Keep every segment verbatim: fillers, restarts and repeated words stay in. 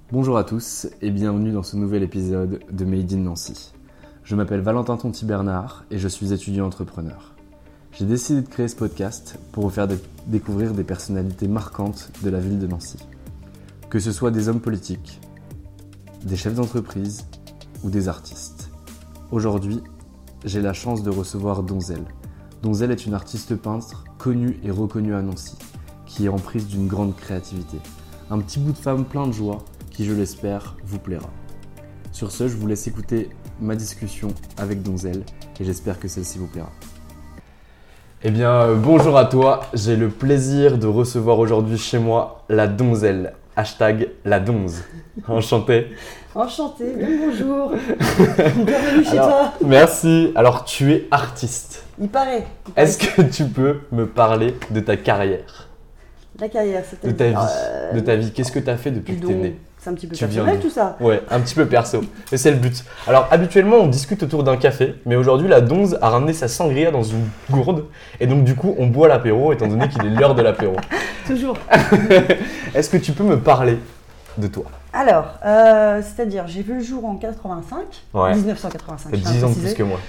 Bonjour à tous et bienvenue dans ce nouvel épisode de Made in Nancy. Je m'appelle Valentin Tonti-Bernard et je suis étudiant entrepreneur. J'ai décidé de créer ce podcast pour vous faire dé- découvrir des personnalités marquantes de la ville de Nancy. Que ce soit des hommes politiques, des chefs d'entreprise ou des artistes. Aujourd'hui, j'ai la chance de recevoir Donzelle. Donzelle est une artiste peintre connue et reconnue à Nancy, qui est en prise d'une grande créativité. Un petit bout de femme plein de joie qui, je l'espère, vous plaira. Sur ce, je vous laisse écouter ma discussion avec Donzelle et j'espère que celle-ci vous plaira. Eh bien, euh, bonjour à toi. J'ai le plaisir de recevoir aujourd'hui chez moi la Donzelle. Hashtag la Donze. Enchanté. Enchanté, bien bonjour. Bienvenue chez Alors, toi. Merci. Alors, tu es artiste. Il paraît. Il paraît. Est-ce que tu peux me parler de ta carrière, La carrière, c'était. de ta vie, Euh, de ta vie Qu'est-ce que tu as fait depuis que tu es né? C'est un petit peu Tu viens personnel d'où tout ça. Ouais, un petit peu perso. Et c'est le but. Alors, habituellement, on discute autour d'un café, mais aujourd'hui, la Donze a ramené sa sangria dans une gourde. Et donc, du coup, on boit l'apéro, étant donné qu'il est l'heure de l'apéro. Toujours. Est-ce que tu peux me parler de toi? Alors, euh, c'est-à-dire, j'ai vu le jour en quatre-vingt-cinq. Ouais. dix-neuf cent quatre-vingt-cinq. T'as je tiens à dix ans de préciser. plus que moi.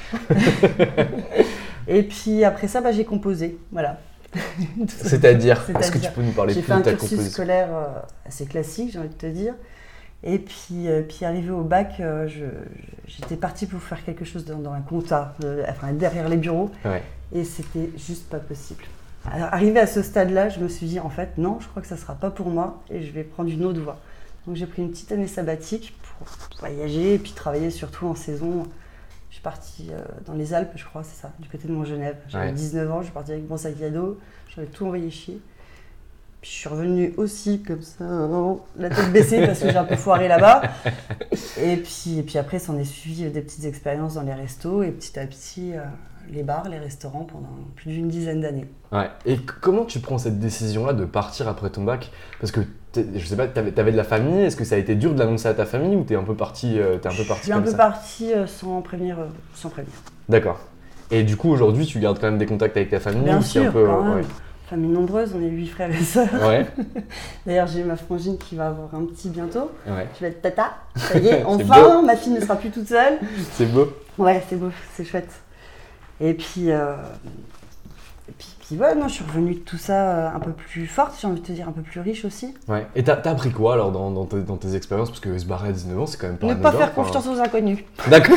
Et puis après ça, bah, j'ai composé. Voilà. C'est-à-dire, est-ce que C'est-à-dire, tu peux nous parler J'ai plus fait de un ta cursus composition? scolaire euh, assez classique, j'ai envie de te dire. Et puis, euh, puis arrivé au bac, euh, je- je- j'étais partie pour faire quelque chose dans, dans un compta, euh, enfin derrière les bureaux. Ouais. Et c'était juste pas possible. Alors, arrivé à ce stade-là, je me suis dit, en fait, non, je crois que ça sera pas pour moi et je vais prendre une autre voie. Donc j'ai pris une petite année sabbatique pour voyager et puis travailler surtout en saison. Je suis partie euh, dans les Alpes, je crois, c'est ça, du côté de Montgenèvre. J'avais Ouais. dix-neuf ans, je suis partie avec mon sac à dos, j'avais tout envoyé chier. Puis je suis revenue aussi comme ça, hein, la tête baissée parce que j'ai un peu foiré là-bas. Et puis, et puis après, s'en est suivi des petites expériences dans les restos et petit à petit, euh, les bars, les restaurants pendant plus d'une dizaine d'années. Ouais. Et c- comment tu prends cette décision-là de partir après ton bac? Parce que, t'es- je sais pas, t'avais, t'avais de la famille. Est-ce que ça a été dur de l'annoncer à ta famille ou t'es un peu parti, euh, t'es un peu Je parti suis un comme peu ça? partie euh, sans prévenir. euh, sans prévenir. D'accord. Et du coup, aujourd'hui, tu gardes quand même des contacts avec ta famille? Bien ou c'est un sûr, peu, quand euh, même. Famille nombreuse, on est huit frères et sœurs. Ouais. D'ailleurs, j'ai ma frangine qui va avoir un petit bientôt. Ouais. Ouais. Je vais être tata. Ça y est, C'est enfin, ma fille ne sera plus toute seule. C'est beau. Ouais, c'est beau, c'est chouette. Et puis, euh, et puis, puis ouais, non, je suis revenue de tout ça euh, un peu plus forte, j'ai envie de te dire, un peu plus riche aussi. Ouais. Et t'as, t'as appris quoi alors dans, dans, tes, dans tes expériences? Parce que se barrer à dix-neuf ans, c'est quand même pas Ne anodin, pas faire enfin. confiance aux inconnus. D'accord.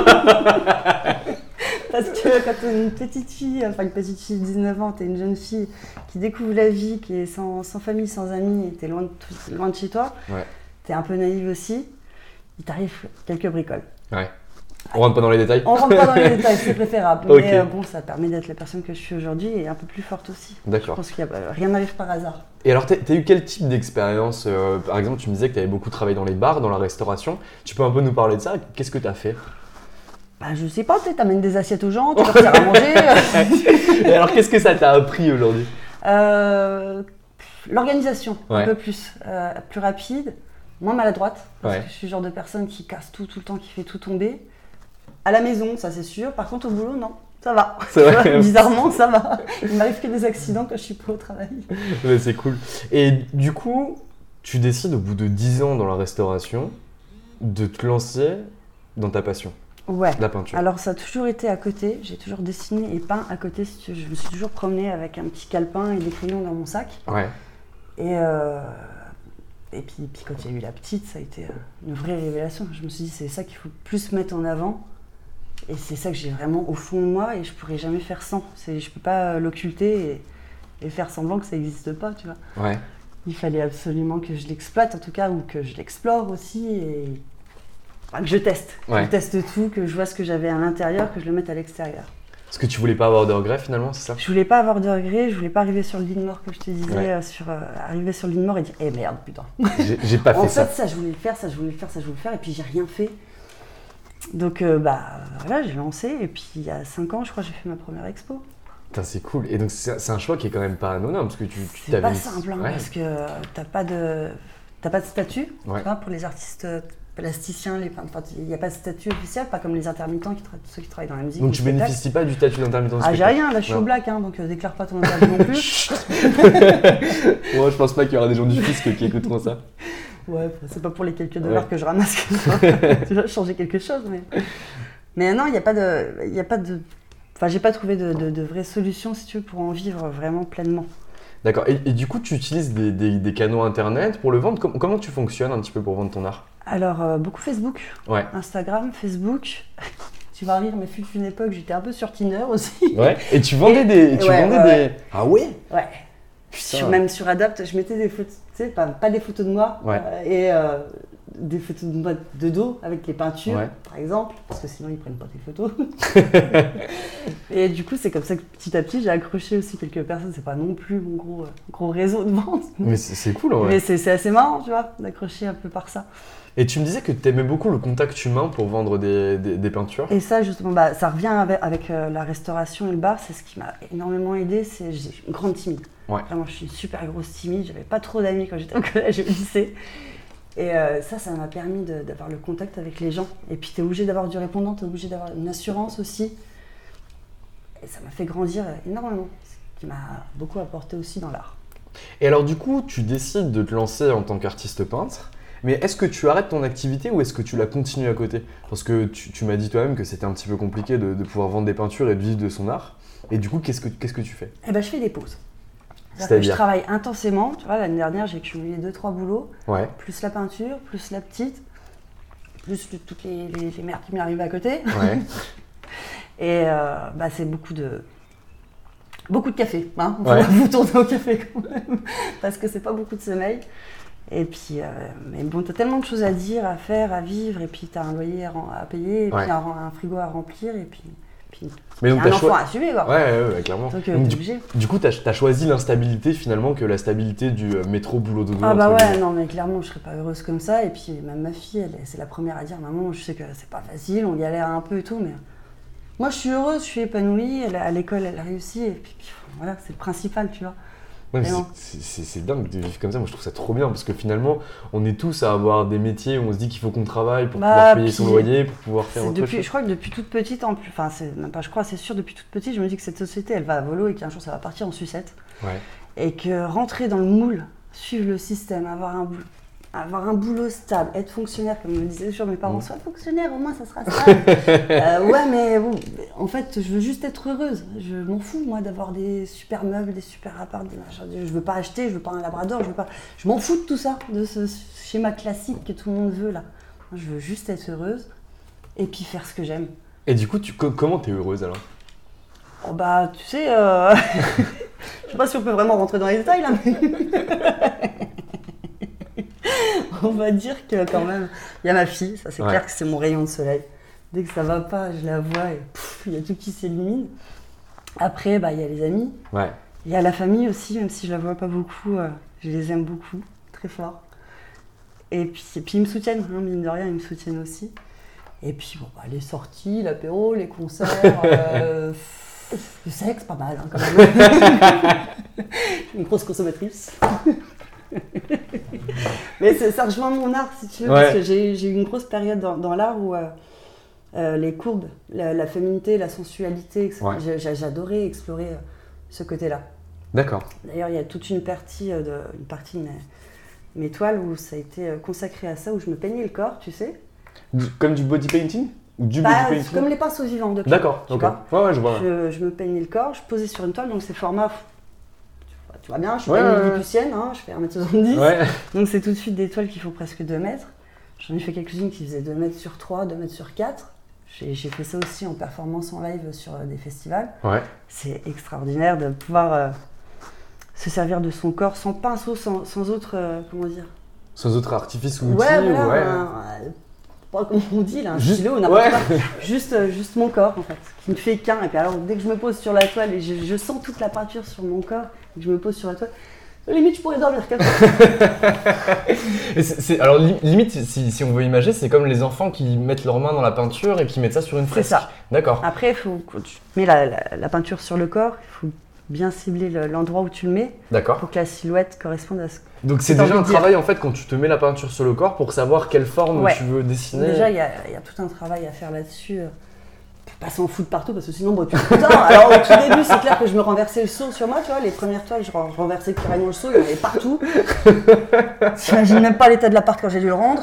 Parce que quand t'es une petite fille, enfin une petite fille de dix-neuf ans, t'es une jeune fille qui découvre la vie, qui est sans, sans famille, sans amis, et t'es loin de, tout- loin de chez toi, Ouais. t'es un peu naïve aussi, il t'arrive quelques bricoles. Ouais. On rentre pas dans les détails? On rentre pas dans les détails, c'est préférable, Ok. mais euh, bon, ça permet d'être la personne que je suis aujourd'hui et un peu plus forte aussi. Je D'accord. pense qu'il y a, euh, rien n'arrive par hasard. Et alors, t'as, t'as eu quel type d'expérience? euh, Par exemple, tu me disais que t'avais beaucoup travaillé dans les bars, dans la restauration. Tu peux un peu nous parler de ça? Qu'est-ce que t'as fait? Bah, je sais pas, tu sais, t'amènes des assiettes aux gens, tu leur sers à manger. Et alors, qu'est-ce que ça t'a appris aujourd'hui? Euh, L'organisation, Ouais. un peu plus, euh, plus rapide, moins maladroite, parce Ouais. que je suis le genre de personne qui casse tout tout le temps, qui fait tout tomber. À la maison, ça c'est sûr. Par contre, au boulot, non, ça va. C'est vrai. Tu vois, bizarrement, ça va. Il m'arrive que des accidents quand je suis pas au travail. Ouais, c'est cool. Et du coup, tu décides au bout de dix ans dans la restauration de te lancer dans ta passion, Ouais. la peinture. Alors ça a toujours été à côté, j'ai toujours dessiné et peint à côté. Si tu veux. Je me suis toujours promenée avec un petit calepin et des crayons dans mon sac. Ouais. Et, euh, et puis, puis quand il y a eu la petite, ça a été euh, une vraie révélation. Je me suis dit, c'est ça qu'il faut plus mettre en avant. Et c'est ça que j'ai vraiment au fond de moi et je pourrais jamais faire sans. C'est, je peux pas euh, l'occulter et, et faire semblant que ça n'existe pas, tu vois. Ouais. Il fallait absolument que je l'exploite en tout cas, ou que je l'explore aussi, et enfin, que je teste. Ouais. Je teste tout, que je vois ce que j'avais à l'intérieur, que je le mette à l'extérieur. Parce que tu voulais pas avoir de regrets finalement, c'est ça? Je voulais pas avoir de regrets, je voulais pas arriver sur le lit de mort, comme je te disais, Ouais. euh, sur, euh, arriver sur le lit de mort et dire « Eh merde, putain !» J'ai, j'ai pas fait En ça. fait, ça, je voulais le faire, ça, je voulais le faire, ça, je voulais le faire, et puis j'ai rien fait. Donc, euh, bah, voilà, j'ai lancé, et puis il y a cinq ans, je crois, j'ai fait ma première expo. Putain, c'est cool. Et donc, c'est, c'est un choix qui est quand même pas anodin, parce que tu, tu C'est t'avais pas une- simple, hein, Ouais. parce que euh, t'as pas de, t'as pas de statut, Ouais. tu vois, pour les artistes euh, plasticiens, les peintres, il n'y a pas de statut officiel, pas comme les intermittents, qui tra- ceux qui travaillent dans la musique. Donc le tu spectacle. bénéficies pas du statut d'intermittent de Ah, j'ai spectacle. rien, là, je suis Non. au black, hein, donc euh, déclare pas ton interview non plus. Moi, je pense pas qu'il y aura des gens du fisc qui écouteront ça. Ouais, c'est pas pour les quelques dollars ouais. que je ramasse que tu vas changer quelque chose. Mais, mais non, il n'y a pas de... Y a pas de... Enfin, j'ai pas trouvé de, de, de vraie solution, si tu veux, pour en vivre vraiment pleinement. D'accord. Et, et du coup, tu utilises des, des, des canaux internet pour le vendre. Com- comment tu fonctionnes un petit peu pour vendre ton art ? Alors, euh, beaucoup Facebook, ouais. Instagram, Facebook. Tu vas rire, mais fut une époque, j'étais un peu sur Tinder aussi. Ouais. Et tu vendais et, des... Tu ouais, vendais ouais, des... Ouais. Ah ouais ? Ouais. Sur, même sur Adapt, je mettais des photos, tu sais, pas, pas des photos de moi, ouais. euh, et euh, des photos de moi de dos avec les peintures, ouais. par exemple, parce que sinon ils prennent pas tes photos. Et du coup, c'est comme ça que petit à petit, j'ai accroché aussi quelques personnes. C'est pas non plus mon gros, euh, gros réseau de vente. Mais c'est, c'est cool, ouais. Mais c'est, c'est assez marrant, tu vois, d'accrocher un peu par ça. Et tu me disais que tu aimais beaucoup le contact humain pour vendre des, des, des peintures. Et ça, justement, bah, ça revient avec, avec euh, la restauration et le bar. C'est ce qui m'a énormément aidée. C'est, j'ai une grande timide. Ouais. Vraiment, je suis une super grosse timide. J'avais pas trop d'amis quand j'étais au collège et au lycée. Et euh, ça, ça m'a permis de, d'avoir le contact avec les gens. Et puis, tu es obligé d'avoir du répondant, tu es obligé d'avoir une assurance aussi. Et ça m'a fait grandir énormément. Ce qui m'a beaucoup apporté aussi dans l'art. Et alors, du coup, tu décides de te lancer en tant qu'artiste peintre. Mais est-ce que tu arrêtes ton activité ou est-ce que tu la continues à côté ? Parce que tu, tu m'as dit toi-même que c'était un petit peu compliqué de, de pouvoir vendre des peintures et de vivre de son art. Et du coup, qu'est-ce que, qu'est-ce que tu fais ? Eh ben, je fais des pauses. C'est-à-dire, C'est-à-dire que je travaille intensément. Tu vois, l'année dernière, j'ai cumulé deux trois boulots. Ouais. Plus la peinture, plus la petite, plus le, toutes les, les, les merdes qui m'arrivent à côté. Ouais. Et euh, bah, c'est beaucoup de... Beaucoup de café. Hein. On ouais. va vous tourner au café quand même. Parce que c'est pas beaucoup de sommeil. Et puis, euh, mais bon, t'as tellement de choses à dire, à faire, à vivre, et puis t'as un loyer à, à payer, et ouais. puis un, un frigo à remplir, et puis, puis mais donc un enfant cho- à assumer, quoi. Ouais, ouais, ouais, clairement. Donc, euh, donc, t'es du, obligé. Du coup, t'as, t'as choisi l'instabilité finalement que la stabilité du euh, métro boulot dodo. Ah bah ouais, non, mais clairement, je serais pas heureuse comme ça. Et puis, même ma fille, elle, c'est la première à dire, maman, je sais que c'est pas facile, on galère un peu et tout, mais moi, je suis heureuse, je suis épanouie. Elle, à l'école, elle a réussi, et puis, puis voilà, c'est le principal, tu vois. Ouais, mais c'est, c'est, c'est dingue de vivre comme ça, moi je trouve ça trop bien parce que finalement on est tous à avoir des métiers où on se dit qu'il faut qu'on travaille pour bah, pouvoir payer son loyer, pour pouvoir faire autre depuis, chose. Je crois que depuis toute petite, en plus, enfin c'est même pas je crois, c'est sûr, depuis toute petite, je me dis que cette société elle va à volo et qu'un jour ça va partir en sucette. Ouais. Et que rentrer dans le moule, suivre le système, avoir un boulot, avoir un boulot stable, être fonctionnaire, comme me disaient toujours mes parents, mmh. sois fonctionnaire, au moins ça sera stable. euh, ouais, mais bon, en fait, je veux juste être heureuse. Je m'en fous, moi, d'avoir des super meubles, des super apparts, des machins. Je veux pas acheter, je veux pas un labrador, je veux pas. Je m'en fous de tout ça, de ce schéma classique que tout le monde veut là. Moi, je veux juste être heureuse et puis faire ce que j'aime. Et du coup, tu, comment t'es heureuse alors ? Oh bah, tu sais, euh... je sais pas si on peut vraiment rentrer dans les détails là, mais. On va dire que quand même, il y a ma fille, ça c'est ouais. clair que c'est mon rayon de soleil. Dès que ça va pas, je la vois et il y a tout qui s'élimine. Après, bah, il y a les amis, il ouais. y a la famille aussi, même si je la vois pas beaucoup, euh, je les aime beaucoup, très fort. Et puis, et puis ils me soutiennent, hein, mine de rien, ils me soutiennent aussi. Et puis bon, bah, les sorties, l'apéro, les concerts, euh, le sexe, pas mal hein, quand même. Une grosse consommatrice. Mais ça rejoint mon art si tu veux, ouais. parce que j'ai, j'ai eu une grosse période dans, dans l'art où euh, euh, les courbes, la, la féminité, la sensualité, ouais. j'ai, j'adorais explorer euh, ce côté-là. D'accord. D'ailleurs, il y a toute une partie, euh, de, une partie de mes, mes toiles où ça a été consacré à ça, où je me peignais le corps, tu sais. Comme du body painting ou du bah, body painting comme les pinceaux vivants de D'accord, ok. Ouais, ouais, je vois. Je, je me peignais le corps, je posais sur une toile, donc c'est format... Tu vois bien, je suis ouais, pas une ouais, lilliputienne, hein, je fais un mètre soixante-dix, ouais. donc c'est tout de suite des toiles qui font presque deux mètres. J'en ai fait quelques-unes qui faisaient deux mètres sur trois, deux mètres sur quatre. J'ai, j'ai fait ça aussi en performance en live sur euh, des festivals. Ouais. C'est extraordinaire de pouvoir euh, se servir de son corps sans pinceau, sans, sans autre, euh, comment dire sans autre artifice ou outil. Ouais, voilà, ouais. un, un, pas comme on dit, là, un juste, stylo, n'importe ouais. quoi. Juste, euh, juste mon corps, en fait, qui ne fait qu'un. Et puis alors, dès que je me pose sur la toile et je, je sens toute la peinture sur mon corps, et que je me pose sur la toile, limite, je pourrais dormir comme ça. et c'est, c'est, alors, li- limite, si, si on veut imaginer, c'est comme les enfants qui mettent leurs mains dans la peinture et qui mettent ça sur une fresque. C'est ça. D'accord. Après, faut, quand tu mets la, la, la peinture sur le corps, il faut bien cibler le, l'endroit où tu le mets. D'accord. Pour que la silhouette corresponde à ce que Donc, c'est déjà un travail, en fait, quand tu te mets la peinture sur le corps pour savoir quelle forme ouais. tu veux dessiner. Déjà, il y, y a tout un travail à faire là-dessus. pas s'en foutre partout parce que sinon, bon, tu putain. Alors au tout début, c'est clair que je me renversais le seau sur moi, tu vois, les premières toiles, je renversais carrément le seau, il y en avait partout. J'imagine même pas l'état de l'appart quand j'ai dû le rendre.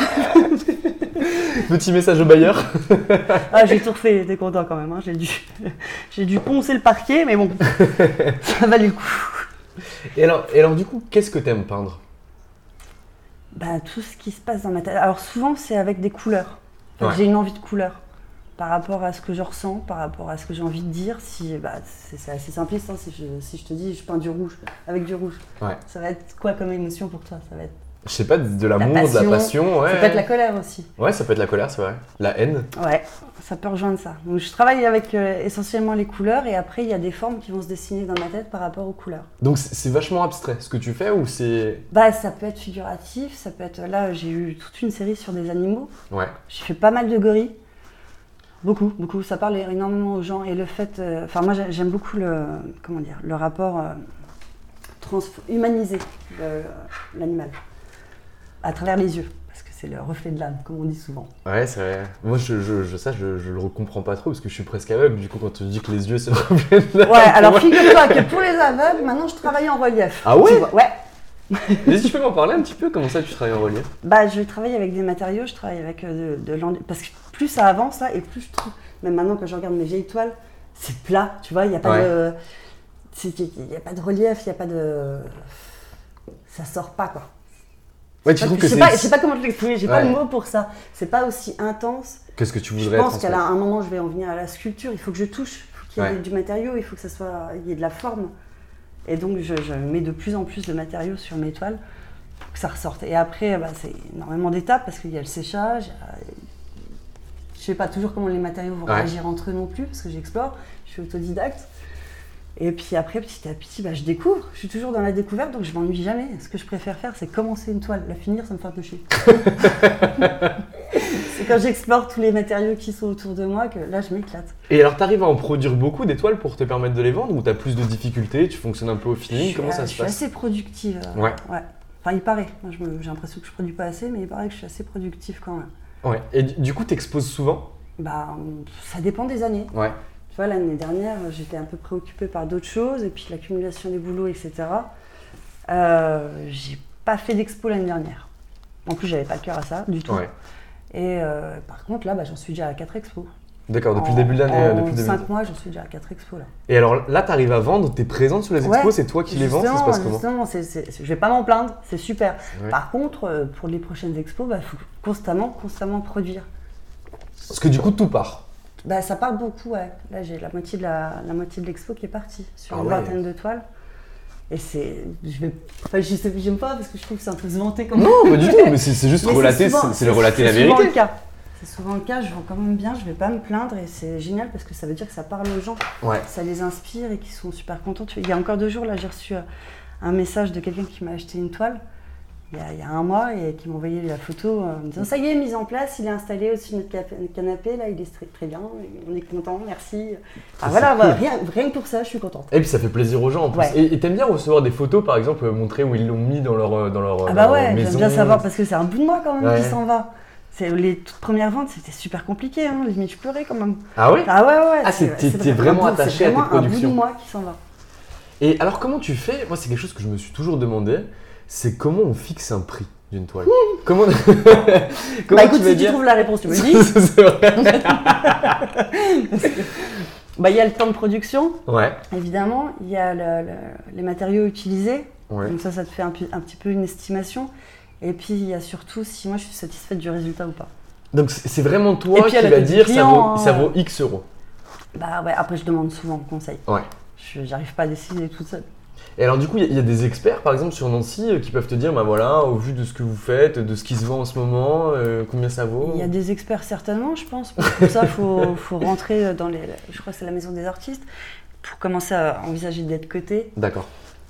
Petit message au bailleur. Ah, j'ai tout refait, j'étais content quand même, hein. j'ai, dû... j'ai dû poncer le parquet, mais bon, ça valait le coup. Et alors, et alors du coup, qu'est-ce que t'aimes peindre? Bah, tout ce qui se passe dans ma tête. Alors souvent, c'est avec des couleurs. Enfin, Ouais. J'ai une envie de couleur. Par rapport à ce que je ressens, par rapport à ce que j'ai envie de dire, si, bah, c'est, c'est assez simpliste, hein, si, je, si je te dis je peins du rouge, avec du rouge, Ouais. ça va être quoi comme émotion pour toi? Ça va être Je sais pas, de l'amour, la de la passion, ouais. Ça peut être la colère aussi. Ouais, ça peut être la colère, c'est vrai. La haine. Ouais, ça peut rejoindre ça. Donc je travaille avec euh, essentiellement les couleurs et après il y a des formes qui vont se dessiner dans ma tête par rapport aux couleurs. Donc c'est, c'est vachement abstrait ce que tu fais ou c'est... Bah ça peut être figuratif, ça peut être... Là j'ai eu toute une série sur des animaux. Ouais. J'ai fait pas mal de gorilles. Beaucoup, beaucoup. Ça parle énormément aux gens et le fait... euh, Enfin moi j'aime beaucoup le... Comment dire? Le rapport euh, trans... humanisé de l'animal. À travers les yeux. Parce que c'est le reflet de l'âme, comme on dit souvent. Ouais, c'est vrai. Moi, je, je, je, ça, je, je le comprends pas trop parce que je suis presque aveugle. Du coup, quand tu dis que les yeux, c'est le reflet de l'âme. Ouais, alors figure-toi que pour les aveugles, maintenant je travaille en relief. Ah ouais? Tu vois, ouais. Mais si tu peux m'en parler un petit peu, comment ça tu travailles en relief? Bah, je travaille avec des matériaux, je travaille avec euh, de, de l'endu... Parce que plus ça avance là, et plus je trouve... Même maintenant, quand je regarde mes vieilles toiles, c'est plat, tu vois, il n'y a pas Ouais. de... Il n'y a pas de relief, il n'y a pas de... Ça sort pas, quoi. Ouais, tu Pas- trouves je que sais c'est... pas, je sais pas comment te l'exprimer, j'ai pas Ouais. le mot pour ça. C'est pas aussi intense. Qu'est-ce que tu Je voudrais pense qu'à transmettre? un moment, je vais en venir à la sculpture. Il faut que je touche, il faut qu'il y ait Ouais. du matériau, il faut que ça soit, il y ait de la forme. Et donc, je, je mets de plus en plus de matériaux sur mes toiles pour que ça ressorte. Et après, bah, c'est énormément d'étapes parce qu'il y a le séchage. il y a- Je sais pas toujours comment les matériaux vont Ouais. réagir entre eux non plus parce que j'explore. Je suis autodidacte. Et puis après, petit à petit, bah, je découvre. Je suis toujours dans la découverte, donc je m'ennuie jamais. Ce que je préfère faire, c'est commencer une toile. La finir, ça me fait un peu chier. C'est quand j'explore tous les matériaux qui sont autour de moi que là, je m'éclate. Et alors, t'arrives à en produire beaucoup d'étoiles pour te permettre de les vendre ou t'as plus de difficultés? Tu fonctionnes un peu au Je feeling? suis, Comment euh, ça je se suis passe? assez productive. euh, Ouais. ouais. Enfin, il paraît. Moi, je me- j'ai l'impression que je produis pas assez, mais il paraît que je suis assez productive quand même. Ouais. Et du du coup, t'exposes souvent? Bah, on- ça dépend des années. Ouais. Tu vois, l'année dernière, j'étais un peu préoccupée par d'autres choses, et puis l'accumulation des boulots, et cetera. Euh, j'ai pas fait d'expo l'année dernière. En plus, j'avais pas le cœur à ça, du tout. Ouais. Et euh, par contre, là, bah, j'en suis déjà à quatre expos. D'accord, depuis En- le début de l'année. euh, En depuis le début de- cinq mois, j'en suis déjà à quatre expos, là. Et alors là, t'arrives à vendre, t'es présente sur les expos, Ouais. c'est toi qui les vends, ça se Justement, passe comment? justement, c'est- c'est- je vais pas m'en plaindre, c'est super. Ouais. Par contre, euh, pour les prochaines expos, il bah, faut constamment, constamment produire. Parce que du coup, tout part. Bah, ça part beaucoup, ouais. Là, j'ai la moitié de la, la moitié de l'expo qui est partie sur Ah une ouais. vingtaine de toiles. Et c'est, je vais, enfin, je sais, j'aime pas parce que je trouve que c'est un peu se vanter comme. Non, pas du tout, mais c'est c'est juste Mais relater, souvent- c'est c'est le relater la c'est souvent vérité. le cas. C'est souvent le cas. Je vends quand même bien. Je vais pas me plaindre et c'est génial parce que ça veut dire que ça parle aux gens. Ouais. Ça les inspire et qu'ils sont super contents. Tu vois, il y a encore deux jours, là, j'ai reçu euh, un message de quelqu'un qui m'a acheté une toile. Il y, a, il y a un mois et qui m'a envoyé la photo euh, en me disant ça y est, mise en place, il est installé au-dessus de notre cap- canapé, là il est très, très bien, on est content, merci. Ah, c'est voilà, cool. voilà, rien, rien que pour ça, je suis contente. Et puis ça fait plaisir aux gens en plus. Ouais. Et et t'aimes bien recevoir des photos, par exemple, euh, montrer où ils l'ont mis dans leur, euh, dans leur, Ah dans bah leur ouais, maison. j'aime bien savoir parce que c'est un bout de moi quand même Ouais. qui s'en va. C'est, les toutes premières ventes, c'était super compliqué, hein, limite je pleurais quand même. Ah ouais? Ah ouais, ouais. Ah, c'est- t'es- c'est t'es vraiment un bout- attaché c'est à tes vraiment un bout productions. de moi qui s'en va. Et alors comment tu fais? Moi c'est quelque chose que je me suis toujours demandé, c'est comment on fixe un prix d'une toile. Comment, comment Bah écoute, tu vas si tu dire... trouves la réponse, tu me le dis. C'est vrai. Parce que, bah, il y a le temps de production, Ouais. évidemment, il y a le- le- les matériaux utilisés, Ouais. donc ça, ça te fait un, pi- un petit peu une estimation. Et puis il y a surtout si moi je suis satisfaite du résultat ou pas. Donc c'est c'est vraiment Et toi puis, qui à la vas tête du dire ça client, vaut, ça hein. vaut X euros. Bah ouais, après je demande souvent conseil. Ouais. Je j'arrive pas à décider toute seule. Et alors du coup, il y, a- il y a des experts, par exemple sur Nancy, euh, qui peuvent te dire, bah voilà, au vu de ce que vous faites, de ce qui se vend en ce moment, euh, combien ça vaut? Il y a des experts certainement, je pense. Pour ça, il faut, faut rentrer dans les. Je crois que c'est la maison des artistes pour commencer à envisager d'être coté. D'accord.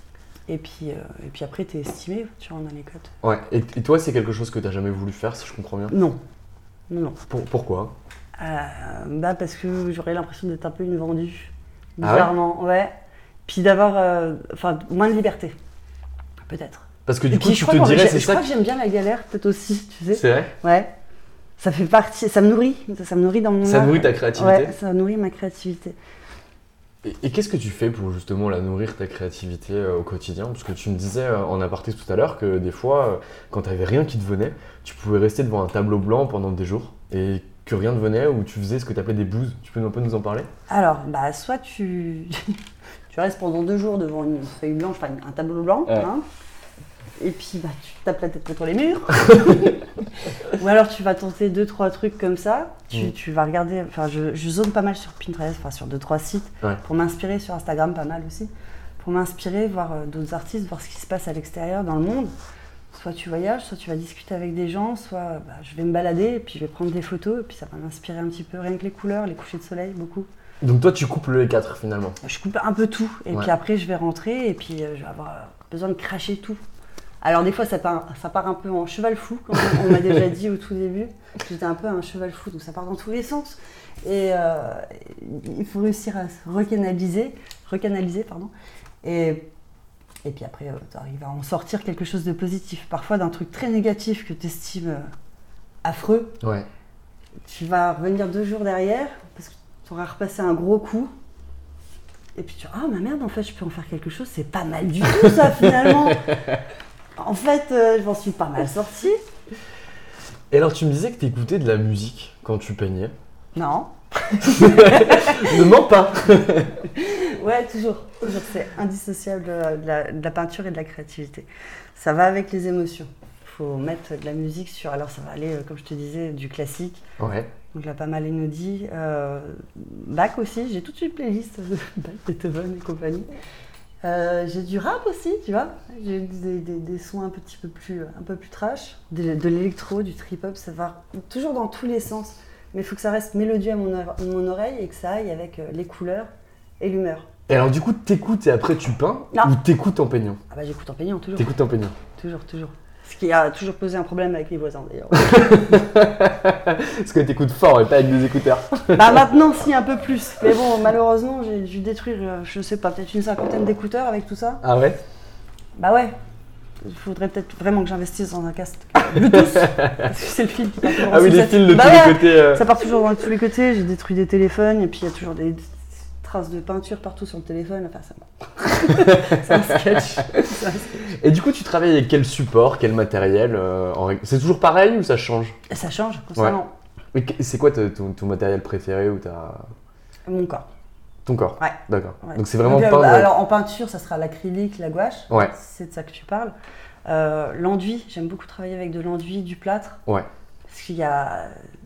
Et puis, euh, et puis après, t'es estimé, tu rentres dans les cotes. Ouais. Et, et toi, c'est quelque chose que t'as jamais voulu faire, si je comprends bien. Non. Non, non. Pour- pourquoi? Euh, bah parce que j'aurais l'impression d'être un peu une vendue. Ah ouais Bizarrement, ouais. Puis d'avoir euh, enfin, moins de liberté. Peut-être. Parce que Et du coup, puis, tu je crois, te qu'on- dirais, j'ai- c'est je ça crois que... que j'aime bien la galère, peut-être aussi, tu sais. C'est vrai? Ouais. ça fait partie, ça me nourrit, ça, ça me nourrit dans mon Ça art. nourrit ta créativité. Ouais, ça nourrit ma créativité. Et, et qu'est-ce que tu fais pour justement la nourrir, ta créativité euh, au quotidien? Parce que tu me disais euh, en aparté tout à l'heure que des fois, euh, quand tu n'avais rien qui te venait, tu pouvais rester devant un tableau blanc pendant des jours et que rien ne venait ou tu faisais ce que tu appelais des blues. Tu peux un peu nous en parler? Alors, bah, soit tu, tu restes pendant deux jours devant une feuille blanche, enfin un tableau blanc, ouais. hein, et puis bah, tu tapes la tête contre les murs. Ou alors tu vas tenter deux, trois trucs comme ça. Tu, mmh. tu vas regarder, enfin je, je zone pas mal sur Pinterest, enfin sur deux, trois sites, ouais. pour m'inspirer, sur Instagram pas mal aussi, pour m'inspirer, voir euh, d'autres artistes, voir ce qui se passe à l'extérieur, dans le monde. Soit tu voyages, soit tu vas discuter avec des gens, soit bah, je vais me balader et puis je vais prendre des photos et puis ça va m'inspirer un petit peu, rien que les couleurs, les couchers de soleil, beaucoup. Donc toi tu coupes les quatre finalement? Je coupe un peu tout et ouais. puis après je vais rentrer et puis euh, je vais avoir besoin de cracher tout. Alors des fois ça part, ça part un peu en cheval fou, comme on m'a déjà dit au tout début. J'étais un peu un cheval fou, donc ça part dans tous les sens. Et euh, il faut réussir à se recanaliser, recanaliser pardon. Et, et puis après euh, tu arrives à en sortir quelque chose de positif. Parfois d'un truc très négatif que tu estimes euh, affreux, ouais. tu vas revenir deux jours derrière parce que tu auras repassé un gros coup. Et puis tu dis, ah ma merde, en fait je peux en faire quelque chose, c'est pas mal du tout ça finalement. En fait, euh, je m'en suis pas mal sortie. Et alors, tu me disais que tu écoutais de la musique quand tu peignais. Non. Ne mens pas. Ouais, toujours. toujours. C'est indissociable de la, de la peinture et de la créativité. Ça va avec les émotions. Il faut mettre de la musique sur... Alors, ça va aller, comme je te disais, du classique. Ouais. Donc là, pas mal Einaudi. Euh, Bach aussi. J'ai toute une playlist de Bach, Beethoven et compagnie. Euh, j'ai du rap aussi, tu vois. J'ai des, des, des sons un petit peu plus, un peu plus trash, de, de l'électro, du trip-hop, ça va toujours dans tous les sens. Mais il faut que ça reste mélodieux à mon, à mon oreille et que ça aille avec les couleurs et l'humeur. Et alors du coup, t'écoutes et après tu peins non. ou t'écoutes en peignant? Ah bah j'écoute en peignant, toujours. T'écoutes en peignant? Toujours, toujours. Ce qui a toujours posé un problème avec les voisins d'ailleurs. Parce que t'écoutes fort et pas avec des écouteurs. Bah maintenant si, un peu plus. Mais bon, malheureusement, j'ai dû détruire, je sais pas, peut-être une cinquantaine d'écouteurs avec tout ça. Ah ouais? Bah ouais. Il faudrait peut-être vraiment que j'investisse dans un casque Bluetooth. Parce que c'est le fil qui part toujours. Ah oui, les fils de bah tous ouais, les côtés. Euh... Ça part toujours dans tous les côtés. J'ai détruit des téléphones et puis il y a toujours des traces de peinture partout sur le téléphone. Enfin, ça... c'est un sketch. C'est un sketch. Et du coup, tu travailles avec quel support, quel matériel euh, en... C'est toujours pareil ou ça change? Ça change constamment. Ouais. Mais c'est quoi ton, ton matériel préféré ou ta... Mon corps. Ton corps? Ouais. D'accord. Ouais. Donc c'est vraiment Donc, peindre... euh, alors en peinture, ça sera l'acrylique, la gouache. Ouais. C'est de ça que tu parles. Euh, l'enduit, j'aime beaucoup travailler avec de l'enduit, du plâtre. Ouais. Parce qu'il y a...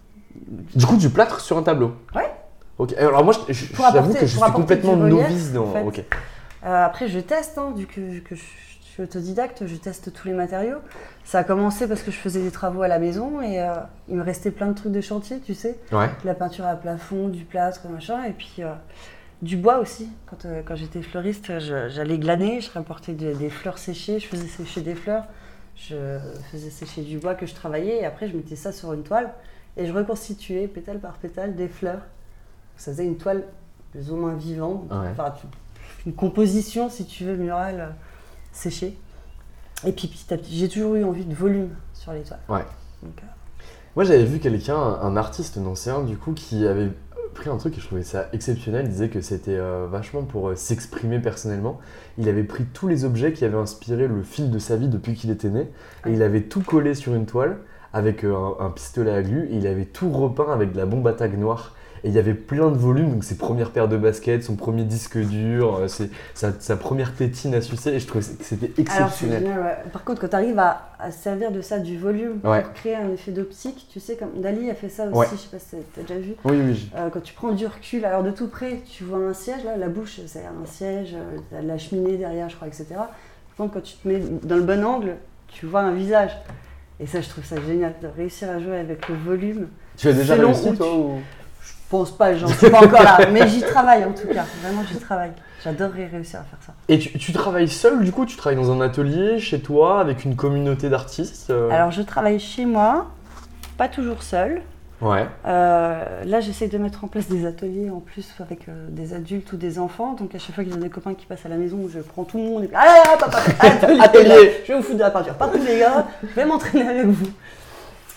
Du coup, du plâtre sur un tableau? Ouais. Ok. Alors moi, je, je, j'avoue que je suis complètement relief, novice dans... En fait. Ok. Euh, après, je teste, hein, vu que, que je suis autodidacte, je teste tous les matériaux. Ça a commencé parce que je faisais des travaux à la maison et euh, il me restait plein de trucs de chantier, tu sais. Ouais. De la peinture à plafond, du plâtre, machin, et puis euh, du bois aussi. Quand, euh, quand j'étais fleuriste, je, j'allais glaner, je rapportais de, des fleurs séchées, je faisais sécher des fleurs, je faisais sécher du bois que je travaillais et après je mettais ça sur une toile et je reconstituais pétale par pétale des fleurs. Ça faisait une toile plus ou moins vivante, ouais. Enfin, une composition, si tu veux, murale euh, séchée. Et puis petit à petit, j'ai toujours eu envie de volume sur les toiles. Ouais. Donc, euh... Moi, j'avais vu quelqu'un, un artiste nancéen, du coup, qui avait pris un truc et je trouvais ça exceptionnel. Il disait que c'était euh, vachement pour euh, s'exprimer personnellement. Il avait pris tous les objets qui avaient inspiré le fil de sa vie depuis qu'il était né et il avait tout collé sur une toile avec euh, un, un pistolet à glu et il avait tout repeint avec de la bombe à tag noire. Et il y avait plein de volumes, donc ses premières paires de baskets, son premier disque dur, euh, ses, sa, sa première tétine à sucer, et je trouvais que c'était exceptionnel. Alors, c'est génial, ouais. Par contre, quand tu arrives à, à servir de ça, du volume, ouais. pour créer un effet d'optique, tu sais, comme Dali a fait ça aussi, ouais. je sais pas si tu as déjà vu. Oui, oui. Euh, quand tu prends du recul, alors de tout près, tu vois un siège, là, la bouche, c'est un siège, euh, t'as de la cheminée derrière, je crois, et cetera. Par contre, quand tu te mets dans le bon angle, tu vois un visage. Et ça, je trouve ça génial, de réussir à jouer avec le volume. Tu as déjà réussi, toi tu... ou... Je pense pas, j'en suis pas encore là, mais j'y travaille en tout cas, vraiment j'y travaille. J'adorerais réussir à faire ça. Et tu, tu travailles seul du coup? Tu travailles dans un atelier, chez toi, avec une communauté d'artistes euh... Alors je travaille chez moi, pas toujours seule. Ouais. Euh, là j'essaie de mettre en place des ateliers en plus avec euh, des adultes ou des enfants, donc à chaque fois qu'il y a des copains qui passent à la maison, je prends tout le monde et puis ah papa, atelier, atelier. Je vais vous foutre de la peinture partout les gars, je vais m'entraîner avec vous.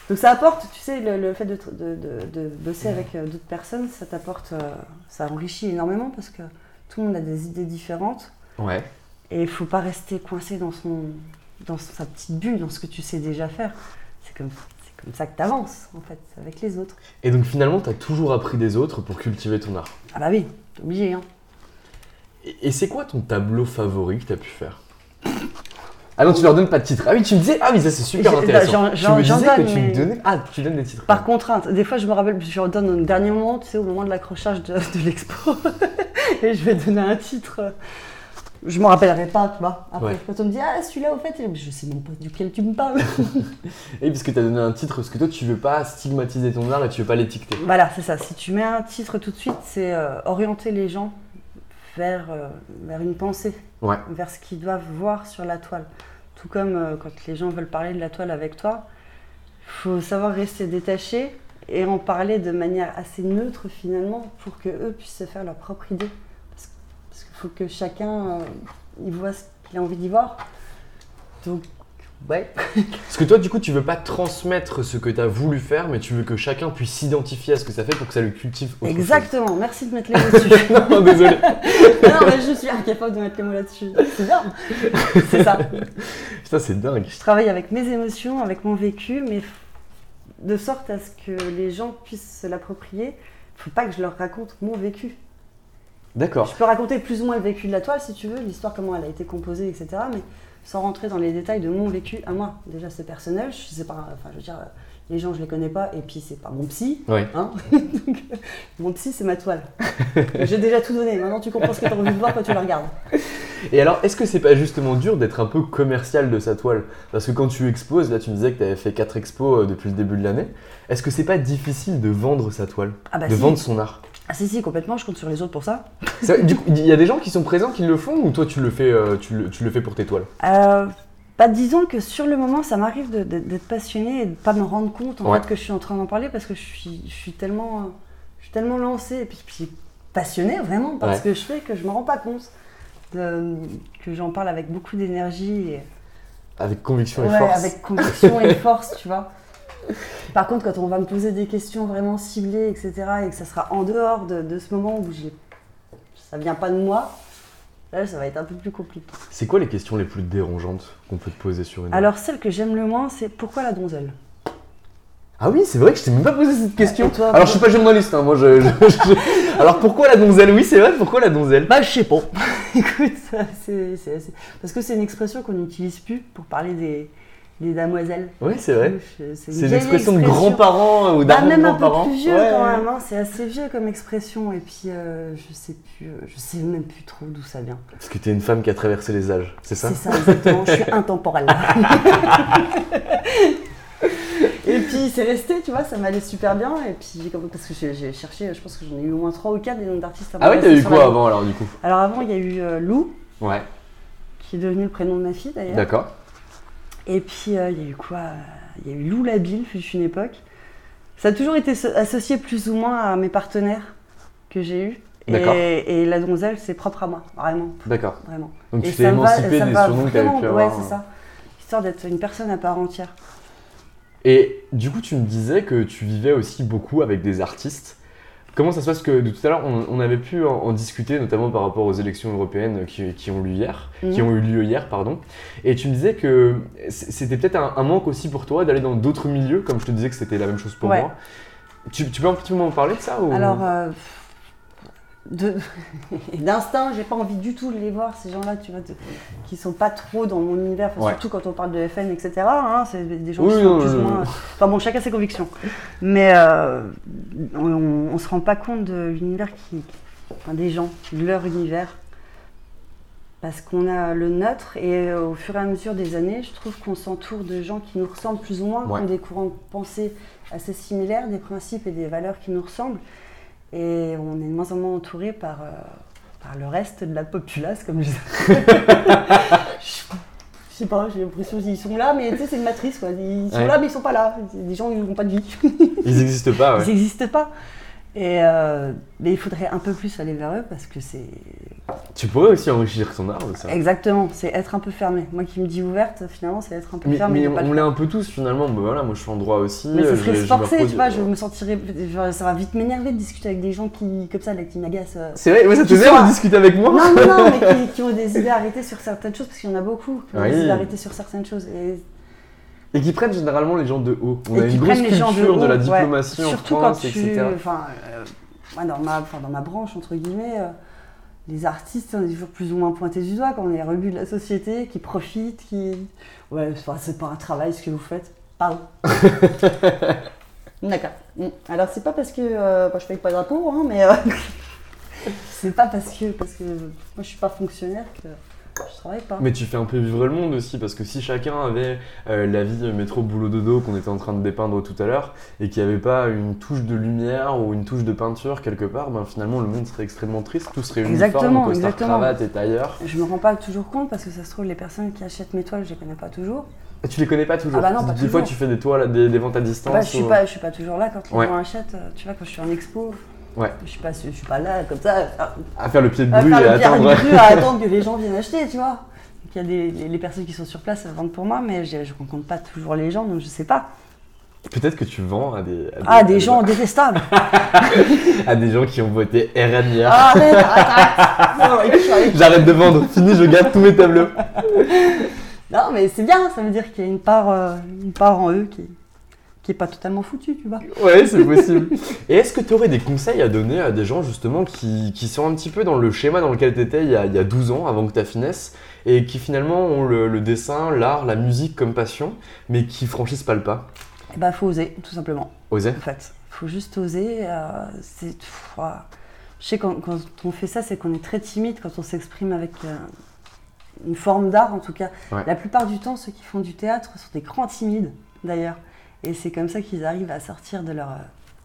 Donc ça apporte, tu sais, le, le fait de, de, de, de bosser avec euh, d'autres personnes, ça t'apporte, euh, ça enrichit énormément parce que tout le monde a des idées différentes. Ouais. Et il faut pas rester coincé dans, son, dans sa petite bulle, dans ce que tu sais déjà faire. C'est comme, c'est comme ça que tu avances, en fait, avec les autres. Et donc finalement, tu as toujours appris des autres pour cultiver ton art. Ah bah oui, t'es obligé, hein. Et, et c'est quoi ton tableau favori que tu as pu faire? Ah non, tu leur donnes pas de titre. Ah oui, tu me disais, ah oui, ça c'est super intéressant. J'en, j'en, tu me j'en disais donne, que tu mais... me donnais... Ah, tu donnes des titres. Par contrainte. Des fois, je me rappelle, je leur donne au dernier moment, tu sais, au moment de l'accrochage de, de l'expo. Et je vais donner un titre. Je me rappellerai pas, tu vois. Après, ouais. Quand on me dit, ah, celui-là, au fait, je sais même pas duquel tu me parles. Et parce que tu as donné un titre, parce que toi, tu veux pas stigmatiser ton art et tu veux pas l'étiqueter. Voilà, c'est ça. Si tu mets un titre tout de suite, c'est euh, orienter les gens vers, euh, vers une pensée, ouais. vers ce qu'ils doivent voir sur la toile. Tout comme euh, quand les gens veulent parler de la toile avec toi, il faut savoir rester détaché et en parler de manière assez neutre finalement pour qu'eux puissent se faire leur propre idée. Parce, parce qu'il faut que chacun euh, il voit ce qu'il a envie d'y voir. Donc, ouais. Parce que toi, du coup, tu veux pas transmettre ce que tu as voulu faire, mais tu veux que chacun puisse s'identifier à ce que ça fait pour que ça le cultive autre Exactement, chose. Merci de mettre les mots dessus. Non, désolé. Non, mais je suis incapable de mettre les mots là-dessus. C'est bien. C'est ça. Putain, c'est dingue. Je travaille avec mes émotions, avec mon vécu, mais de sorte à ce que les gens puissent se l'approprier. Il faut pas que je leur raconte mon vécu. D'accord. Je peux raconter plus ou moins le vécu de la toile, si tu veux, l'histoire, comment elle a été composée, et cetera. Mais sans rentrer dans les détails de mon vécu à moi. Déjà, c'est personnel, je sais pas, enfin, je veux dire, les gens, je les connais pas, et puis c'est pas mon psy. Oui. Hein. Donc, mon psy, c'est ma toile. J'ai déjà tout donné, maintenant tu comprends ce que tu as envie de voir quand tu la regardes. Et alors, est-ce que c'est pas justement dur d'être un peu commercial de sa toile? Parce que quand tu exposes, là tu me disais que tu avais fait quatre expos depuis le début de l'année, est-ce que c'est pas difficile de vendre sa toile? Ah bah de si. vendre son art? Ah si, si, complètement, je compte sur les autres pour ça. C'est, du coup, il y a des gens qui sont présents qui le font ou toi tu le fais, euh, tu, le, tu le fais pour tes toiles? euh, bah, disons que sur le moment, ça m'arrive de, de, d'être passionnée et de ne pas me rendre compte en ouais. fait, que je suis en train d'en parler parce que je suis, je suis, tellement, je suis tellement lancée et puis, puis passionnée vraiment par ouais. ce que je fais que je ne me rends pas compte de, que j'en parle avec beaucoup d'énergie. Et... Avec conviction et ouais, force. Avec conviction et force, tu vois. Par contre, quand on va me poser des questions vraiment ciblées, et cetera, et que ça sera en dehors de, de ce moment où j'ai... ça ne vient pas de moi, là, ça va être un peu plus compliqué. C'est quoi les questions les plus dérangeantes qu'on peut te poser sur une... Alors, celle que j'aime le moins, c'est pourquoi la donzelle? Ah oui, c'est vrai que je t'ai même pas posé cette question. Toi, Alors, je suis pas journaliste, hein, moi je, je, je... Alors, pourquoi la donzelle? Oui, c'est vrai, pourquoi la donzelle? Bah, je sais pas. Écoute, c'est, c'est, c'est... parce que c'est une expression qu'on n'utilise plus pour parler des... des damoiselles. Oui, c'est vrai. C'est, c'est, c'est une expression, expression de grands-parents ou d'arrière-grands-parents. Bah, même un peu plus vieux ouais. quand même, hein. C'est assez vieux comme expression. Et puis, euh, je sais plus, euh, je sais même plus trop d'où ça vient. Parce que t'es une femme qui a traversé les âges, c'est ça? C'est ça, exactement. Je suis intemporelle. Et puis, c'est resté, tu vois, ça m'allait super bien. Et puis, parce que j'ai, j'ai cherché, je pense que j'en ai eu au moins trois ou quatre des noms d'artistes. Ah oui, t'as eu quoi avant alors, du coup? Alors, avant, il y a eu euh, Lou. Ouais. Qui est devenu le prénom de ma fille, d'ailleurs. D'accord. Et puis, euh, il y a eu quoi? Il y a eu Lou Labille, fut une époque. Ça a toujours été associé plus ou moins à mes partenaires que j'ai eus. D'accord. Et, et la donzelle, c'est propre à moi, vraiment. D'accord. Vraiment. Donc et tu t'es émancipée des surnoms que tu avais pu avoir. Ouais, c'est ça. Histoire d'être une personne à part entière. Et du coup, tu me disais que tu vivais aussi beaucoup avec des artistes. Comment ça se passe que de tout à l'heure, on, on avait pu en, en discuter, notamment par rapport aux élections européennes qui, qui ont lieu hier, mmh. qui ont eu lieu hier, pardon. Et tu me disais que c'était peut-être un, un manque aussi pour toi d'aller dans d'autres milieux, comme je te disais que c'était la même chose pour ouais. moi. Tu, tu peux un petit peu m'en parler de ça ou... Alors, euh, de, d'instinct, j'ai pas envie du tout de les voir, ces gens-là, tu vois, de, qui sont pas trop dans mon univers, ouais. surtout quand on parle de F N, et cetera. Hein, c'est des gens oui, qui sont non, plus ou moins... Enfin bon, chacun ses convictions. Mais euh, on, on, on se rend pas compte de l'univers qui... Enfin, des gens, de leur univers. Parce qu'on a le nôtre et au fur et à mesure des années, je trouve qu'on s'entoure de gens qui nous ressemblent plus ou moins, ouais. qui ont des courants de pensée assez similaires, des principes et des valeurs qui nous ressemblent. Et on est de moins en moins entouré par, euh, par le reste de la populace, comme je disais. Je sais pas, j'ai l'impression qu'ils sont là, mais tu sais, c'est une matrice, quoi. Ils sont ouais. là, mais ils sont pas là. Des gens, ils n'ont pas de vie. Ils n'existent pas, ouais. Ils n'existent pas. Et euh, mais il faudrait un peu plus aller vers eux parce que c'est... Tu pourrais aussi enrichir ton art de ça. Exactement, c'est être un peu fermé. Moi qui me dis ouverte, finalement, c'est être un peu Mais, fermé. mais de pas on le l'est faire. un peu tous finalement. Bah, voilà, moi je suis en droit aussi. Mais ce serait je- je me forcé, repose- tu vois, je me sentirais... genre, ça va vite m'énerver de discuter avec des gens qui, comme ça, là, qui m'agacent. euh. C'est vrai, ouais, ça te Qui fait sont à- de discuter avec moi. Non, non, non, mais qui, qui ont des idées arrêtées sur certaines choses, parce qu'il y en a beaucoup qui ont Oui. des idées arrêtées sur certaines choses. Et, Et qui prennent généralement les gens de haut. On et a qui une grosse prennent les gens de culture de, haut, la ouais. diplomatie en Surtout France, quand et tu, cetera. enfin, euh, ouais, dans, ma, enfin, dans ma branche, entre guillemets, euh, les artistes, on est toujours plus ou moins pointés du doigt quand on est rebut de la société, qui profitent, qui... Ouais, enfin, c'est pas un travail ce que vous faites. Pardon. D'accord. Mm. Alors, c'est pas parce que... Euh, bah, je paye pas d'impôts, hein, mais... euh, c'est pas parce que, parce que moi, je suis pas fonctionnaire que je travaille pas. Mais tu fais un peu vivre le monde aussi, parce que si chacun avait euh, la vie métro boulot dodo qu'on était en train de dépeindre tout à l'heure, et qu'il n'y avait pas une touche de lumière ou une touche de peinture quelque part, ben finalement le monde serait extrêmement triste, tout serait Exactement, uniforme, costard, exactement. cravate et tailleur. Je me rends pas toujours compte parce que ça se trouve, les personnes qui achètent mes toiles, je les connais pas toujours. Et tu les connais pas toujours. Ah bah non, pas des fois toujours. tu fais des toiles, des, des ventes à distance. Bah, je suis ou- pas, je suis pas toujours là quand les Ouais. gens achètent. euh, Tu vois, quand je suis en expo, Ouais. je suis pas, je suis pas là comme ça à, À faire le pied de à grue faire et le à pierre attendre. du cru, à attendre que les gens viennent acheter, tu vois. Donc, il y a des les, les personnes qui sont sur place elles vendent pour moi, mais je, je rencontre pas toujours les gens, donc je sais pas. Peut-être que tu vends à des, à Ah, à des gens détestables. à des gens qui ont voté R N hier. Ah, arrête, arrête, arrête. Non, écoute, je suis allée- J'arrête de vendre, fini, je garde tous mes tableaux. Non, mais c'est bien, ça veut dire qu'il y a une part, euh, une part en eux qui, qui est pas totalement foutue, tu vois. Ouais, c'est possible. Et est-ce que tu aurais des conseils à donner à des gens justement qui, qui sont un petit peu dans le schéma dans lequel tu étais il y, a, il y a douze ans, avant que tu finesse, et qui finalement ont le, le dessin, l'art, la musique comme passion, mais qui franchissent pas le pas? Et bah, faut oser, tout simplement. Oser. En fait, faut juste oser. euh, c'est, pff, ouah. Je sais quand, quand on fait ça, c'est qu'on est très timide quand on s'exprime avec euh, une forme d'art, en tout cas. Ouais. La plupart du temps, ceux qui font du théâtre sont des grands timides, d'ailleurs. Et c'est comme ça qu'ils arrivent à sortir de leur,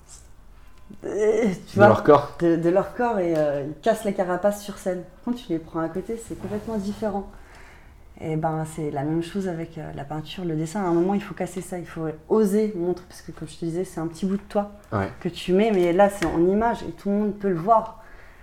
euh, tu De vois, leur corps. de, de leur corps et euh, ils cassent la carapace sur scène. Quand tu les prends à côté, c'est complètement différent. Et ben c'est la même chose avec euh, la peinture, le dessin. À un moment, il faut casser ça, il faut oser montrer, parce que comme je te disais, c'est un petit bout de toi Ouais. que tu mets, mais là c'est en image et tout le monde peut le voir.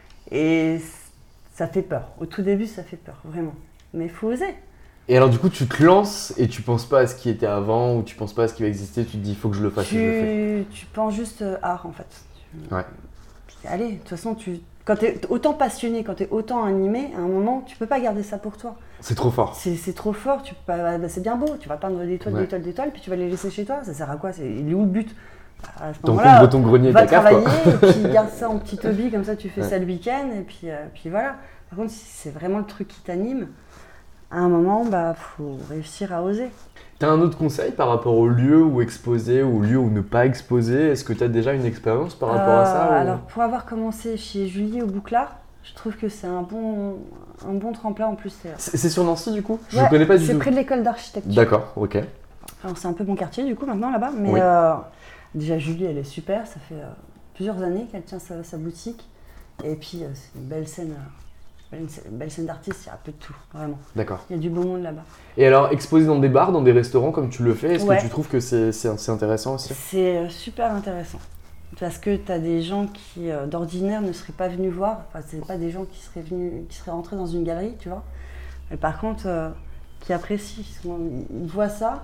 Et c- ça fait peur. Au tout début, ça fait peur, vraiment. Mais il faut oser. Et alors du coup, tu te lances et tu penses pas à ce qui était avant, ou tu penses pas à ce qui va exister, tu te dis il faut que je le fasse et je le fais. Tu, tu penses juste euh, art en fait. Tu- Ouais. tu- Allez, de toute façon, tu, quand tu es autant passionné, quand tu es autant animé, à un moment, tu peux pas garder ça pour toi. C'est trop fort. C'est c'est trop fort, tu peux pas- bah, c'est bien beau, tu vas peindre des toiles, Ouais. des toiles, des toiles, puis tu vas les laisser chez toi, ça sert à quoi? C'est- Il est où le but? À ce T'encombres moment-là, ton grenier et va ta cave, travailler quoi. et puis garde ça en petit hobby, comme ça tu fais Ouais. ça le week-end, et puis, euh, puis voilà. Par contre, si c'est vraiment le truc qui t'anime, à un moment, bah faut réussir à oser. T'as un autre conseil par rapport au lieu où exposer, ou au lieu où ne pas exposer? Est-ce que t'as déjà une expérience par rapport à ça? Euh, ou- Alors, pour avoir commencé chez Julie au Bouclard, je trouve que c'est un bon, un bon tremplin en plus. C'est C'est c'est sur Nancy du coup? Je Ouais, ne connais pas du c'est tout. près de l'école d'architecture. D'accord, ok. Alors, c'est un peu mon quartier du coup maintenant là-bas, mais Oui. euh, déjà Julie elle est super, ça fait euh, plusieurs années qu'elle tient sa, sa boutique, et puis euh, c'est une belle scène, euh, belle, scène- belle scène d'artistes, il y a un peu de tout, vraiment. D'accord. Il y a du beau monde là-bas. Et alors, exposer dans des bars, dans des restaurants comme tu le fais, est-ce Ouais. que tu trouves que c'est c'est- c'est intéressant aussi? C'est euh, super intéressant. Parce que tu as des gens qui, euh, d'ordinaire, ne seraient pas venus voir. Enfin, c'est pas des gens qui seraient venus, qui seraient rentrés dans une galerie, tu vois. Mais par contre, euh, qui apprécient. Ils, sont- ils voient ça.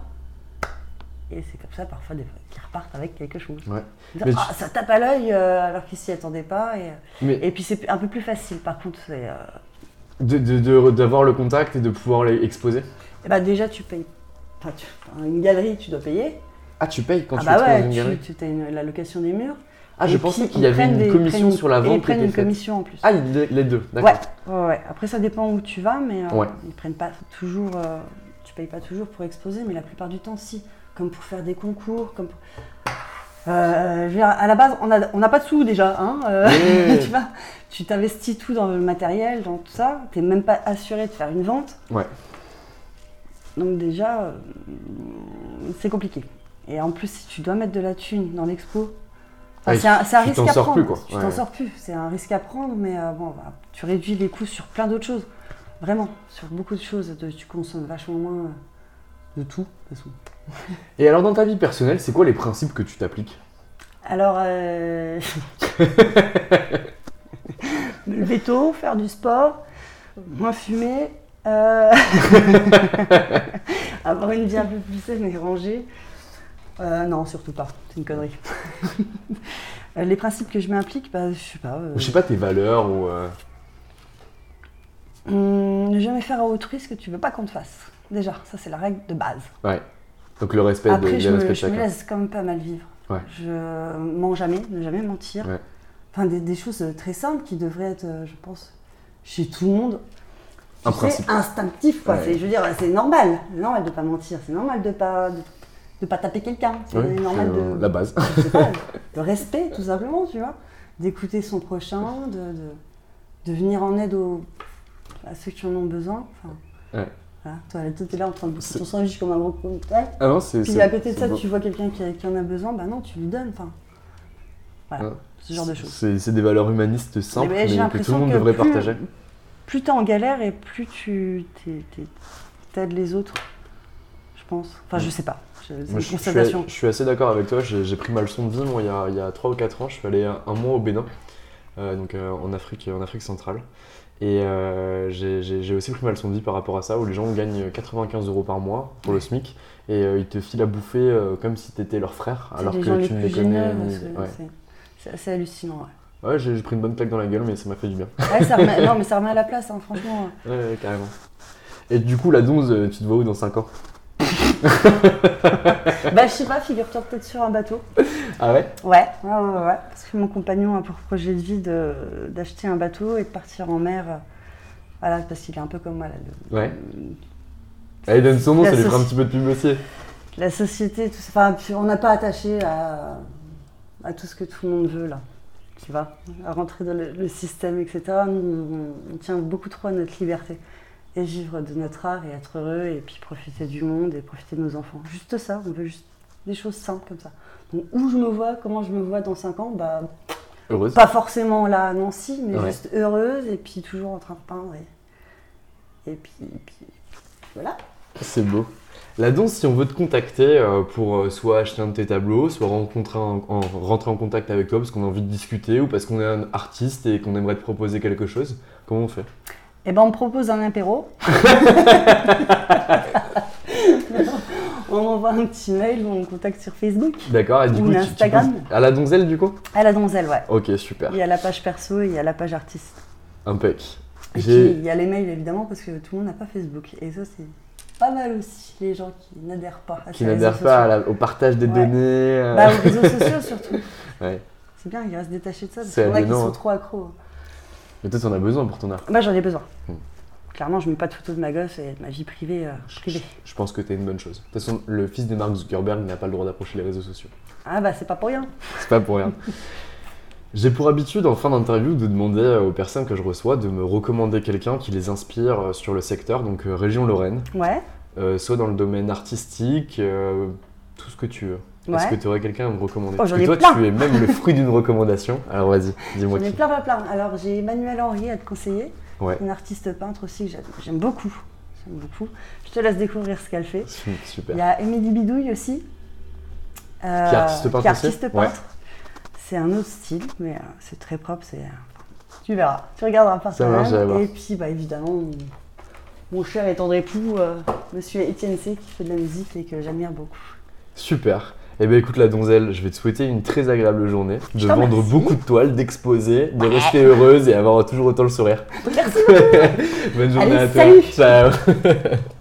Et c'est comme ça, parfois, des, qu'ils repartent avec quelque chose. Ouais. Ils disent, Mais tu- ah, ça tape à l'œil, euh, alors qu'ils s'y attendaient pas. Et, Mais et puis, c'est un peu plus facile. Par contre, c'est, euh, de- de- de- d'avoir le contact et de pouvoir les exposer. eh ben, déjà, tu payes. Enfin, tu, une galerie, tu dois payer. Ah, tu payes quand Ah tu bah exposes ouais, dans une tu, galerie? tu as une- la location des murs. Ah, je Et pensais puis, qu'il y ils avait prennent une des- commission prennent- sur la et vente ils qui prennent était une faite. commission en plus. Ah, les les deux, d'accord. Ouais, ouais, ouais. Après, ça dépend où tu vas, mais euh, Ouais. ils prennent pas toujours. euh, tu payes pas toujours pour exposer, mais la plupart du temps, si. Comme pour faire des concours, comme. pour- Euh, je veux dire, à la base, on n'a on n'a pas de sous déjà, hein. euh, Oui. tu vois, tu t'investis tout dans le matériel, dans tout ça. T'es même pas assuré de faire une vente. Ouais. Donc déjà, euh, c'est compliqué. Et en plus, si tu dois mettre de la thune dans l'expo, enfin, Ouais, c'est un, c'est un tu risque t'en à sors prendre. plus, quoi. Tu Ouais, t'en ouais. sors plus. C'est un risque à prendre, mais euh, bon, bah, tu réduis les coûts sur plein d'autres choses. Vraiment, sur beaucoup de choses. De- tu consommes vachement moins euh, de tout, de toute façon. Et alors, dans ta vie personnelle, c'est quoi les principes que tu t'appliques? Alors, euh... me lever tôt, faire du sport, moins fumer, euh... avoir une vie un peu plus saine et rangée. Euh, non, surtout pas, c'est une connerie. Les principes que je m'implique, bah, je sais pas. Euh... Je sais pas, tes valeurs ou. Euh... Hum, ne jamais faire à autrui ce que tu veux pas qu'on te fasse. Déjà, ça c'est la règle de base. Ouais. Donc le respect Après, de, je, le me, respect de je me chacun. laisse quand même pas mal vivre. Ouais. Je mens jamais, ne jamais mentir. Ouais. Enfin, des, des choses très simples qui devraient être, je pense, chez tout le monde. Un Tu sais, principe. instinctif, quoi. Ouais. C'est, je veux dire, c'est normal. C'est normal de pas mentir. C'est normal de pas, de, de pas taper quelqu'un. C'est Oui, normal c'est, euh, de. la base. Je sais pas, de respect, tout simplement, tu vois. D'écouter son prochain, de, de, de venir en aide aux, à ceux qui en ont besoin. Enfin, Ouais. voilà. Toi, toi, t'es là en train de bouffer C'est- ton sandwich comme un gros contact. Ah non, c'est. Puis c'est- à côté de c'est ça, beau. tu vois quelqu'un qui, qui en a besoin, bah non, tu lui donnes. Enfin, voilà, Ouais. ce genre de choses. C'est, c'est des valeurs humanistes simples, Mais j'ai mais que tout le l'impression monde que devrait plus- partager. Plus t'es en galère et plus tu t'es- t'es- t'aides les autres, je pense. Enfin, je sais pas. Je- C'est Moi, une je, je suis, constatation. je suis assez d'accord avec toi. J'ai, j'ai pris ma leçon de vie, moi, il y a, il y a trois ou quatre ans. Je suis allé un, un mois au Bénin, euh, donc euh, en Afrique, en Afrique centrale. Et euh, j'ai, j'ai, j'ai aussi pris ma leçon de vie par rapport à ça, où les gens gagnent quatre-vingt-quinze euros par mois pour le SMIC, et euh, ils te filent à bouffer euh, comme si t'étais leur frère, C'est alors les que gens les tu ne plus les connais. géniaux, ni- parce que Ouais, c'est- c'est assez hallucinant. Ouais. ouais j'ai, j'ai pris une bonne claque dans la gueule, mais ça m'a fait du bien. Ouais, ça remet- non, mais ça remet à la place, hein, franchement. Ouais, ouais, carrément. Et du coup, la donze, euh, tu te vois où dans cinq ans? Bah, je sais pas, figure-toi peut-être sur un bateau. Ah ouais? Ouais, ouais, ouais, ouais, ouais. Parce que mon compagnon a pour projet de vie de, d'acheter un bateau et de partir en mer. euh, Voilà, parce qu'il est un peu comme moi. Là, le- Ouais. Allez, donne son nom, La ça lui fera un soci- petit peu de pub aussi. La société, tout ça. Enfin, puis on n'a pas attaché à, à tout ce que tout le monde veut, là. Tu vois, à rentrer dans le, le système, et cetera. Nous, on, on tient beaucoup trop à notre liberté. Et vivre de notre art et être heureux, et puis profiter du monde et profiter de nos enfants. Juste ça, on veut juste des choses simples comme ça. Donc, où je me vois, comment je me vois dans cinq ans, bah, Heureuse. pas forcément là à Nancy, mais Ouais. juste heureuse, et puis toujours en train de peindre. Et, et puis, et puis voilà. C'est beau. La donze, si on veut te contacter euh, pour euh, soit acheter un de tes tableaux, soit rencontrer en, en- rentrer en contact avec toi parce qu'on a envie de discuter ou parce qu'on est un artiste et qu'on aimerait te proposer quelque chose, comment on fait? Eh ben, on me propose un apéro. On m'envoie un petit mail ou on me contacte sur Facebook. D'accord, et du Ou coup, tu- tu Instagram. poses- à la donzelle du coup? À la donzelle, ouais. Ok, super. Il y a la page perso et il y a la page artiste. Impec. Et puis, J'ai... il y a les mails évidemment parce que tout le monde n'a pas Facebook. Et ça, c'est pas mal aussi, les gens qui n'adhèrent pas à Qui ces réseaux n'adhèrent pas à sociaux. la- au partage des Ouais. données. euh, Bah, aux réseaux sociaux surtout. Ouais. C'est bien, ils restent détachés de ça parce C'est qu'il y en a qui aliénant, sont hein. trop accros. Mais toi, t'en as besoin pour ton art. Bah, j'en ai besoin. Hmm. Clairement, je mets pas de photos de ma gosse et de ma vie privée. euh, privée. Je pense que t'es une bonne chose. De toute façon, le fils de Mark Zuckerberg n'a pas le droit d'approcher les réseaux sociaux. Ah, bah, c'est pas pour rien. C'est pas pour rien. J'ai pour habitude, en fin d'interview, de demander aux personnes que je reçois de me recommander quelqu'un qui les inspire euh, sur le secteur, donc euh, région Lorraine, Ouais. euh, soit dans le domaine artistique, euh, tout ce que tu veux. Est-ce Ouais. que tu aurais quelqu'un à me recommander? Oh, Parce j'en que ai toi, plein. tu es même le fruit d'une recommandation. Alors vas-y, dis-moi J'en ai qui. plein, plein, plein. Alors, j'ai Emmanuel Henry à te conseiller. Ouais. Une artiste peintre aussi que j'aime, j'aime beaucoup. J'aime beaucoup. Je te laisse découvrir ce qu'elle fait. Super. Il y a Émilie Bidouille aussi. euh, Qui est artiste peintre qui est aussi artiste Ouais. peintre. C'est un autre style, mais euh, c'est très propre. C'est, euh, tu verras. Tu regarderas par Ça toi-même. marche, j'allais voir. Et puis, bah, évidemment, mon, mon cher et tendre époux, euh, monsieur Étienne C, qui fait de la musique et que j'admire beaucoup. Super. Eh bien écoute la donzelle, je vais te souhaiter une très agréable journée, de Je te vendre remercie. beaucoup de toiles, d'exposer, de rester heureuse et avoir toujours autant le sourire. Merci beaucoup. Bonne journée Allez, à toi. salut. Ciao.